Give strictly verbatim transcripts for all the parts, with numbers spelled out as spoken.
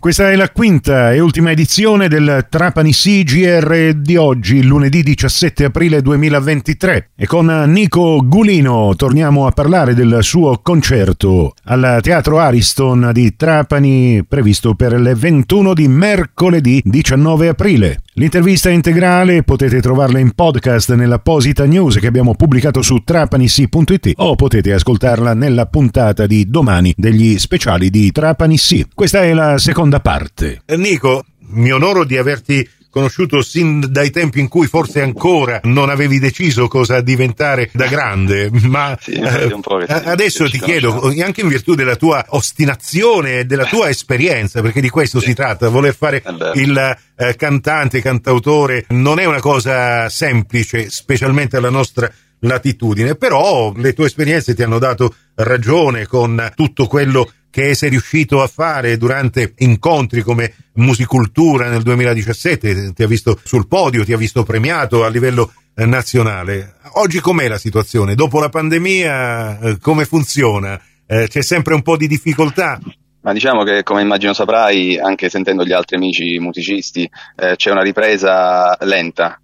Questa è la quinta e ultima edizione del Trapani C G R di oggi, lunedì diciassette aprile duemilaventitré. E con Nico Gulino torniamo a parlare del suo concerto al Teatro Ariston di Trapani, previsto per le ventuno di mercoledì diciannove aprile. L'intervista integrale potete trovarla in podcast nell'apposita news che abbiamo pubblicato su trapani.c punto it o potete ascoltarla nella puntata di domani degli speciali di Trapani C. Questa è la seconda parte. Nico, mi onoro di averti conosciuto sin dai tempi in cui forse ancora non avevi deciso cosa diventare da grande, ma sì, eh, un po' che adesso ti chiedo, anche in virtù della tua ostinazione e della tua esperienza, perché di questo sì. si tratta, voler fare il eh, cantante, cantautore, non è una cosa semplice, specialmente alla nostra latitudine, però le tue esperienze ti hanno dato ragione con tutto quello che sei riuscito a fare durante incontri come Musicultura nel duemiladiciassette, ti ha visto sul podio, ti ha visto premiato a livello eh, nazionale. Oggi com'è la situazione? Dopo la pandemia eh, come funziona? Eh, c'è sempre un po' di difficoltà? Ma diciamo che, come immagino saprai, anche sentendo gli altri amici musicisti, eh, c'è una ripresa lenta.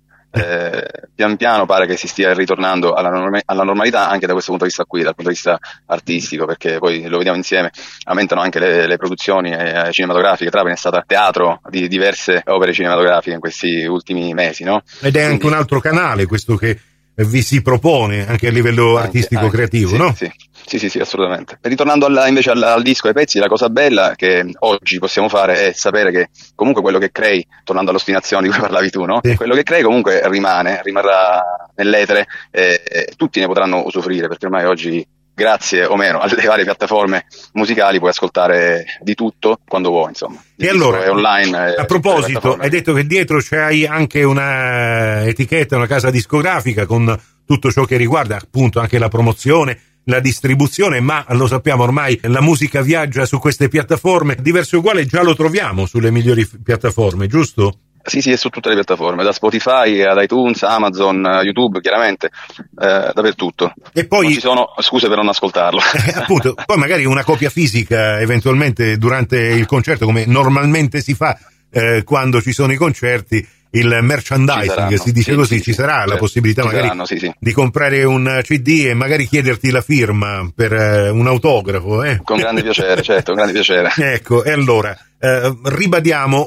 Eh, pian piano pare che si stia ritornando alla, norma- alla normalità anche da questo punto di vista qui, dal punto di vista artistico, perché poi lo vediamo insieme, aumentano anche le, le produzioni eh, cinematografiche. Trapani è stata teatro di diverse opere cinematografiche in questi ultimi mesi, no? Ed è anche Quindi... un altro canale questo che vi si propone anche a livello anche, artistico anche, creativo, sì, no? Sì. Sì, sì, sì, assolutamente. E ritornando alla, invece al, al disco e ai pezzi, la cosa bella che oggi possiamo fare è sapere che comunque quello che crei, tornando all'ostinazione di cui parlavi tu, no? Sì. Quello che crei comunque rimane, rimarrà nell'etere e, e tutti ne potranno usufruire, perché ormai oggi, grazie o meno alle varie piattaforme musicali, puoi ascoltare di tutto quando vuoi, insomma. E allora, è online, a proposito, hai detto che dietro c'hai anche una etichetta, una casa discografica con tutto ciò che riguarda appunto anche la promozione, la distribuzione, ma lo sappiamo ormai, la musica viaggia su queste piattaforme, diverso uguale già lo troviamo sulle migliori piattaforme, giusto? Sì, sì, è su tutte le piattaforme, da Spotify ad iTunes, Amazon, YouTube, chiaramente, eh, dappertutto. E poi non ci sono scuse per non ascoltarlo. Eh, appunto, poi magari una copia fisica eventualmente durante il concerto, come normalmente si fa eh, quando ci sono i concerti, il merchandising, si dice sì, così, sì, ci sarà certo, la possibilità magari saranno, sì, sì. di comprare un C D e magari chiederti la firma per eh, un autografo, eh? Con grande piacere, certo, con grande piacere. Ecco, e allora eh, ribadiamo,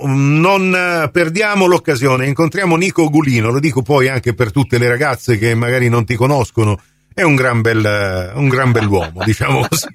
non perdiamo l'occasione, incontriamo Nico Gulino, lo dico poi anche per tutte le ragazze che magari non ti conoscono. È un gran bel un gran bell'uomo, diciamo così.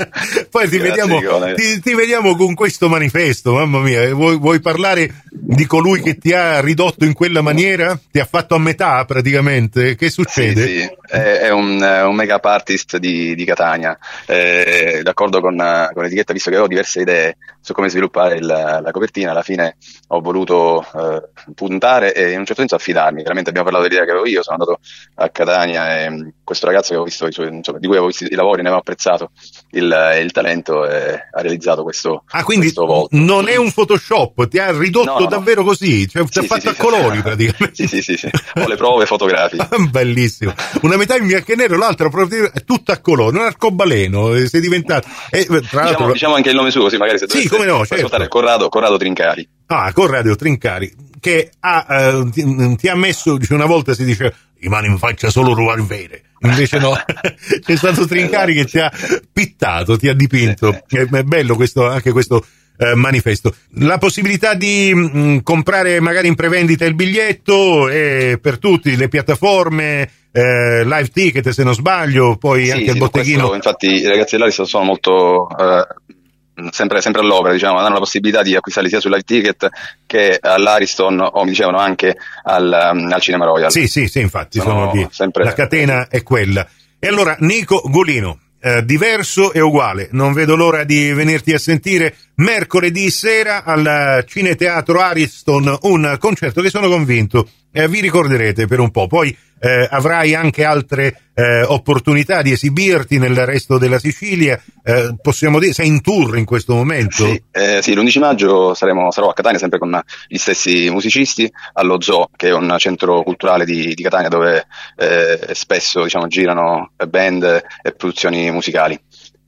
Poi ti vediamo ti, ti vediamo con questo manifesto, mamma mia, vuoi, vuoi parlare di colui che ti ha ridotto in quella maniera? Ti ha fatto a metà praticamente? Che succede? Sì, sì. È, è un, un make-up artist di, di Catania, eh, d'accordo con, con l'etichetta, visto che avevo diverse idee su come sviluppare il, la copertina, alla fine ho voluto eh, puntare e in un certo senso affidarmi. Veramente abbiamo parlato dell'idea che avevo io, sono andato a Catania e questo ragazzo che avevo visto i suoi, insomma, di cui avevo visto i lavori, ne avevo apprezzato il, il talento e ha realizzato questo Ah, quindi questo volto. Non è un Photoshop, ti ha ridotto no, no, davvero no. così, cioè sì, ti ha sì, fatto sì, a sì, colori sì. praticamente. Sì, sì, sì, sì, ho le prove fotografiche. Bellissimo. Una metà in bianco e nero, l'altra proprio è tutta a colore, un arcobaleno, sei diventato e, tra diciamo, l'altro... diciamo anche il nome suo, sì, magari se sì, come no, certo. Corrado, Corrado Trincari. Ah, Corrado Trincari, che ha, eh, ti, ti ha messo, dice, una volta si dice rimane in faccia solo Ruarvere, invece no, c'è stato Trincari esatto. che ti ha pittato, ti ha dipinto, sì, sì. È, è bello questo, anche questo eh, manifesto. La possibilità di mh, comprare magari in prevendita il biglietto e per tutti, le piattaforme, eh, live ticket se non sbaglio, poi sì, anche sì, il botteghino. Questo, infatti i ragazzi dell'Ariston sono molto... Eh, sempre, sempre all'opera, diciamo, danno la possibilità di acquistarli sia su live ticket che all'Ariston o mi dicevano anche al, um, al Cinema Royal. Sì, sì, sì, infatti sono, sono sempre... la catena è quella. E allora Nico Gulino, eh, diverso e uguale, non vedo l'ora di venirti a sentire mercoledì sera al Cineteatro Ariston, un concerto che sono convinto eh, vi ricorderete per un po', poi eh, avrai anche altre eh, opportunità di esibirti nel resto della Sicilia, eh, possiamo dire, sei in tour in questo momento? Sì, eh, sì, l'undici maggio saremo, sarò a Catania sempre con gli stessi musicisti allo Zoo, che è un centro culturale di, di Catania dove eh, spesso, diciamo, girano band e produzioni musicali.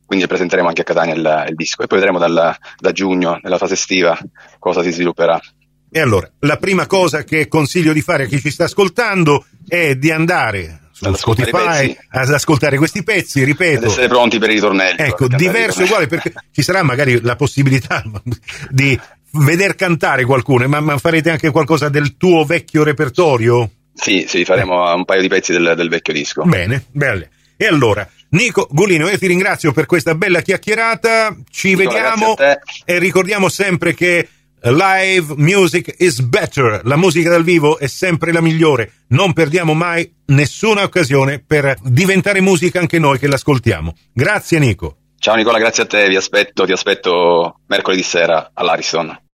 quindi presenteremo anche a Catania il, il disco e poi vedremo dal, da giugno, nella fase estiva, cosa si svilupperà. E allora, la prima cosa che consiglio di fare a chi ci sta ascoltando è di andare su Spotify ad ascoltare questi pezzi, ripeto, ed essere pronti per i ritornelli. Ecco, diverso e uguale, perché ci sarà magari la possibilità di veder cantare qualcuno, ma, ma farete anche qualcosa del tuo vecchio repertorio? Sì, sì, faremo un paio di pezzi del, del vecchio disco. Bene, bene. E allora, Nico Gulino, io ti ringrazio per questa bella chiacchierata, ci Nicola, vediamo e ricordiamo sempre che live music is better, la musica dal vivo è sempre la migliore, non perdiamo mai nessuna occasione per diventare musica anche noi che l'ascoltiamo. Grazie Nico. Ciao Nicola, grazie a te, vi aspetto, ti aspetto mercoledì sera all'Ariston.